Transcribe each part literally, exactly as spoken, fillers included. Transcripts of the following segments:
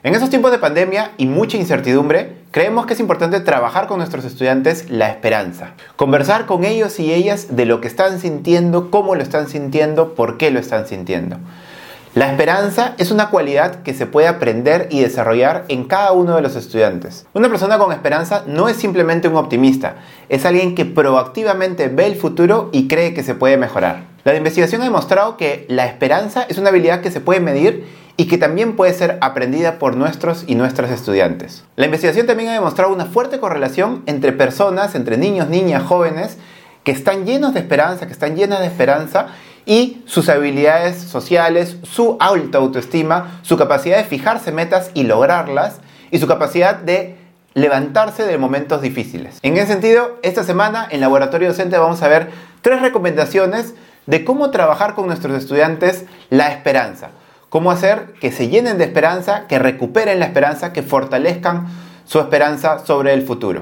En esos tiempos de pandemia y mucha incertidumbre, creemos que es importante trabajar con nuestros estudiantes la esperanza. Conversar con ellos y ellas de lo que están sintiendo, cómo lo están sintiendo, por qué lo están sintiendo. La esperanza es una cualidad que se puede aprender y desarrollar en cada uno de los estudiantes. Una persona con esperanza no es simplemente un optimista, es alguien que proactivamente ve el futuro y cree que se puede mejorar. La investigación ha demostrado que la esperanza es una habilidad que se puede medir y que también puede ser aprendida por nuestros y nuestras estudiantes. La investigación también ha demostrado una fuerte correlación entre personas, entre niños, niñas, jóvenes, que están llenos de esperanza, que están llenas de esperanza, y sus habilidades sociales, su alta autoestima, su capacidad de fijarse metas y lograrlas, y su capacidad de levantarse de momentos difíciles. En ese sentido, esta semana en Laboratorio Docente vamos a ver tres recomendaciones de cómo trabajar con nuestros estudiantes la esperanza. Cómo hacer que se llenen de esperanza, que recuperen la esperanza, que fortalezcan su esperanza sobre el futuro.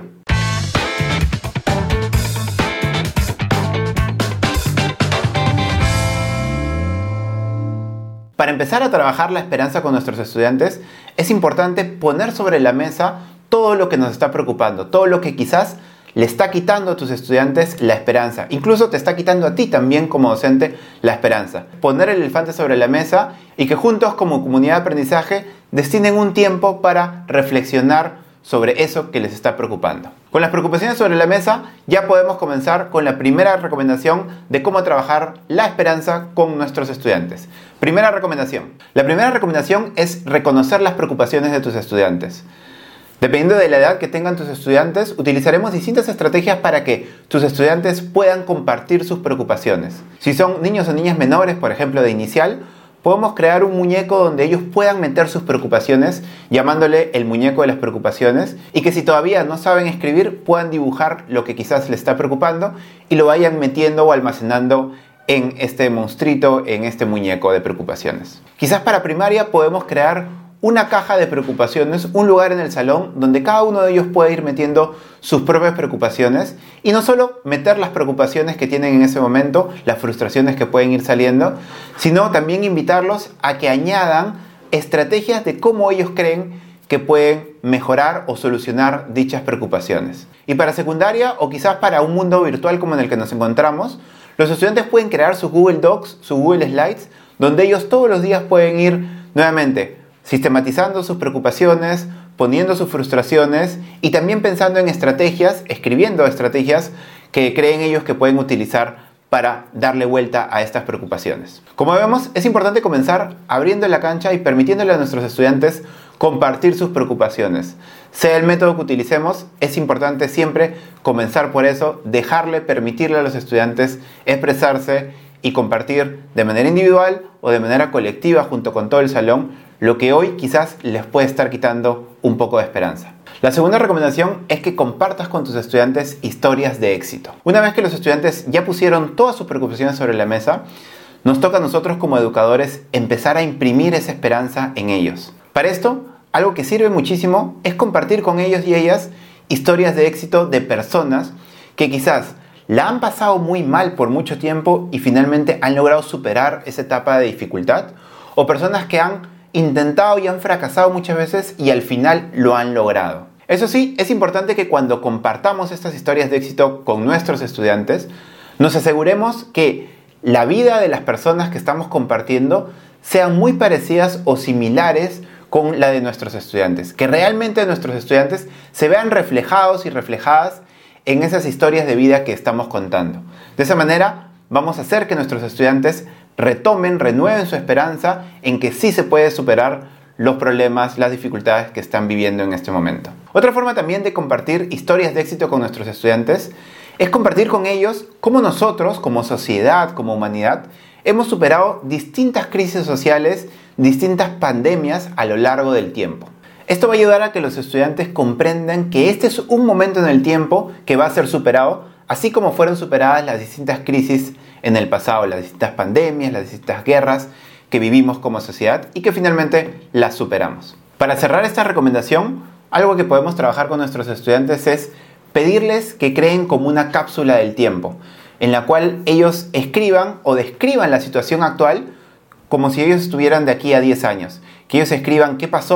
Para empezar a trabajar la esperanza con nuestros estudiantes, es importante poner sobre la mesa todo lo que nos está preocupando, todo lo que quizás le está quitando a tus estudiantes la esperanza. Incluso te está quitando a ti también como docente la esperanza. Poner el elefante sobre la mesa y que juntos como comunidad de aprendizaje destinen un tiempo para reflexionar sobre eso que les está preocupando. Con las preocupaciones sobre la mesa ya podemos comenzar con la primera recomendación de cómo trabajar la esperanza con nuestros estudiantes. Primera recomendación. La primera recomendación es reconocer las preocupaciones de tus estudiantes. Dependiendo de la edad que tengan tus estudiantes, utilizaremos distintas estrategias para que tus estudiantes puedan compartir sus preocupaciones. Si son niños o niñas menores, por ejemplo de inicial, podemos crear un muñeco donde ellos puedan meter sus preocupaciones, llamándole el muñeco de las preocupaciones, y que si todavía no saben escribir, puedan dibujar lo que quizás les está preocupando y lo vayan metiendo o almacenando en este monstruito, en este muñeco de preocupaciones. Quizás para primaria podemos crear una caja de preocupaciones, un lugar en el salón donde cada uno de ellos puede ir metiendo sus propias preocupaciones y no solo meter las preocupaciones que tienen en ese momento, las frustraciones que pueden ir saliendo, sino también invitarlos a que añadan estrategias de cómo ellos creen que pueden mejorar o solucionar dichas preocupaciones. Y para secundaria o quizás para un mundo virtual como en el que nos encontramos, los estudiantes pueden crear sus Google Docs, sus Google Slides, donde ellos todos los días pueden ir nuevamente sistematizando sus preocupaciones, poniendo sus frustraciones y también pensando en estrategias, escribiendo estrategias que creen ellos que pueden utilizar para darle vuelta a estas preocupaciones. Como vemos, es importante comenzar abriendo la cancha y permitiéndole a nuestros estudiantes compartir sus preocupaciones. Sea el método que utilicemos, es importante siempre comenzar por eso, dejarle, permitirle a los estudiantes expresarse y compartir de manera individual o de manera colectiva junto con todo el salón lo que hoy quizás les puede estar quitando un poco de esperanza. La segunda recomendación es que compartas con tus estudiantes historias de éxito. Una vez que los estudiantes ya pusieron todas sus preocupaciones sobre la mesa, nos toca a nosotros como educadores empezar a imprimir esa esperanza en ellos. Para esto, algo que sirve muchísimo es compartir con ellos y ellas historias de éxito de personas que quizás la han pasado muy mal por mucho tiempo y finalmente han logrado superar esa etapa de dificultad, o personas que han intentado y han fracasado muchas veces y al final lo han logrado. Eso sí, es importante que cuando compartamos estas historias de éxito con nuestros estudiantes, nos aseguremos que la vida de las personas que estamos compartiendo sean muy parecidas o similares con la de nuestros estudiantes. Que realmente nuestros estudiantes se vean reflejados y reflejadas en esas historias de vida que estamos contando. De esa manera vamos a hacer que nuestros estudiantes retomen, renueven su esperanza en que sí se puede superar los problemas, las dificultades que están viviendo en este momento. Otra forma también de compartir historias de éxito con nuestros estudiantes es compartir con ellos cómo nosotros, como sociedad, como humanidad, hemos superado distintas crisis sociales, distintas pandemias a lo largo del tiempo. Esto va a ayudar a que los estudiantes comprendan que este es un momento en el tiempo que va a ser superado, así como fueron superadas las distintas crisis en el pasado, las distintas pandemias, las distintas guerras que vivimos como sociedad y que finalmente las superamos. Para cerrar esta recomendación, algo que podemos trabajar con nuestros estudiantes es pedirles que creen como una cápsula del tiempo, en la cual ellos escriban o describan la situación actual como si ellos estuvieran de aquí a diez años. Que ellos escriban qué pasó,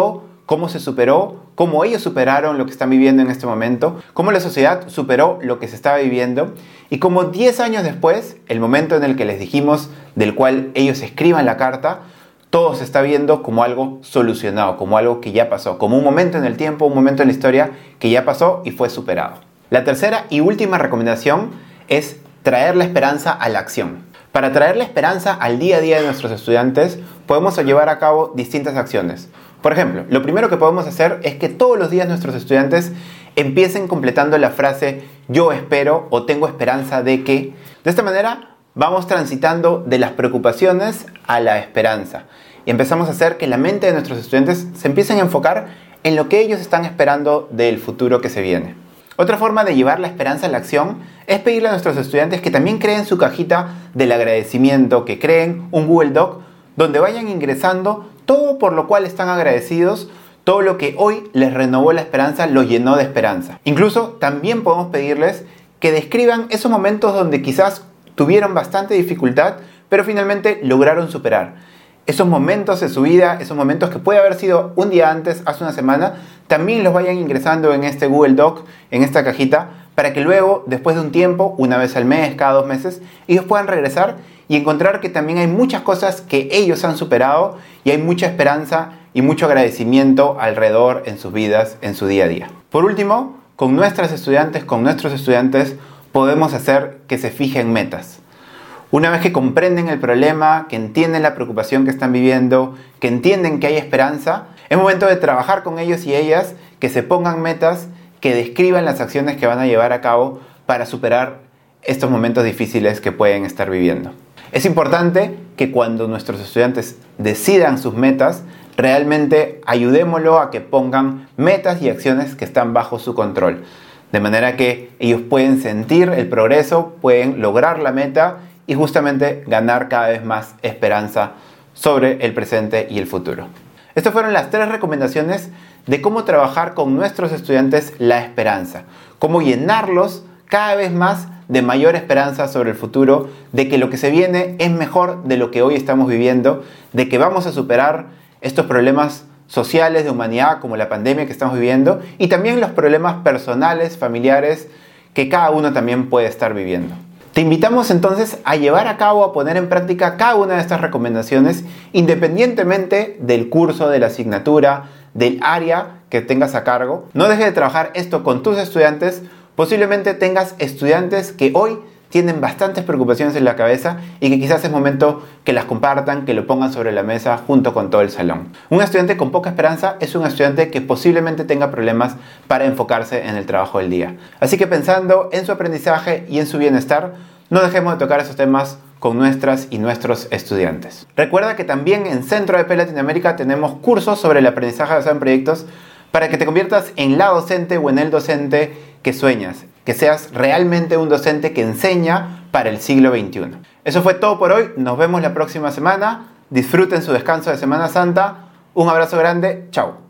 cómo se superó, cómo ellos superaron lo que están viviendo en este momento, cómo la sociedad superó lo que se estaba viviendo y cómo diez años después, el momento en el que les dijimos del cual ellos escriban la carta, todo se está viendo como algo solucionado, como algo que ya pasó, como un momento en el tiempo, un momento en la historia que ya pasó y fue superado. La tercera y última recomendación es traer la esperanza a la acción. Para traer la esperanza al día a día de nuestros estudiantes, podemos llevar a cabo distintas acciones. Por ejemplo, lo primero que podemos hacer es que todos los días nuestros estudiantes empiecen completando la frase yo espero o tengo esperanza de que. De esta manera vamos transitando de las preocupaciones a la esperanza y empezamos a hacer que la mente de nuestros estudiantes se empiecen a enfocar en lo que ellos están esperando del futuro que se viene. Otra forma de llevar la esperanza a la acción es pedirle a nuestros estudiantes que también creen su cajita del agradecimiento, que creen un Google Doc donde vayan ingresando todo por lo cual están agradecidos, todo lo que hoy les renovó la esperanza, los llenó de esperanza. Incluso también podemos pedirles que describan esos momentos donde quizás tuvieron bastante dificultad, pero finalmente lograron superar. Esos momentos de su vida, esos momentos que puede haber sido un día antes, hace una semana, también los vayan ingresando en este Google Doc, en esta cajita, para que luego, después de un tiempo, una vez al mes, cada dos meses, ellos puedan regresar y encontrar que también hay muchas cosas que ellos han superado y hay mucha esperanza y mucho agradecimiento alrededor en sus vidas, en su día a día. Por último, con nuestras estudiantes, con nuestros estudiantes, podemos hacer que se fijen metas. Una vez que comprenden el problema, que entienden la preocupación que están viviendo, que entienden que hay esperanza, es momento de trabajar con ellos y ellas, que se pongan metas, que describan las acciones que van a llevar a cabo para superar estos momentos difíciles que pueden estar viviendo. Es importante que cuando nuestros estudiantes decidan sus metas, realmente ayudémoslo a que pongan metas y acciones que están bajo su control. De manera que ellos pueden sentir el progreso, pueden lograr la meta y justamente ganar cada vez más esperanza sobre el presente y el futuro. Estas fueron las tres recomendaciones de cómo trabajar con nuestros estudiantes la esperanza, cómo llenarlos cada vez más de mayor esperanza sobre el futuro, de que lo que se viene es mejor de lo que hoy estamos viviendo, de que vamos a superar estos problemas sociales de humanidad como la pandemia que estamos viviendo y también los problemas personales, familiares que cada uno también puede estar viviendo. Te invitamos entonces a llevar a cabo, a poner en práctica cada una de estas recomendaciones independientemente del curso, de la asignatura, del área que tengas a cargo. No dejes de trabajar esto con tus estudiantes. Posiblemente tengas estudiantes que hoy tienen bastantes preocupaciones en la cabeza y que quizás es momento que las compartan, que lo pongan sobre la mesa junto con todo el salón. Un estudiante con poca esperanza es un estudiante que posiblemente tenga problemas para enfocarse en el trabajo del día. Así que pensando en su aprendizaje y en su bienestar, no dejemos de tocar esos temas con nuestras y nuestros estudiantes. Recuerda que también en Centro A D P Latinoamérica tenemos cursos sobre el aprendizaje basado en proyectos para que te conviertas en la docente o en el docente que sueñas, que seas realmente un docente que enseña para el siglo veintiuno. Eso fue todo por hoy, nos vemos la próxima semana, disfruten su descanso de Semana Santa, un abrazo grande, chao.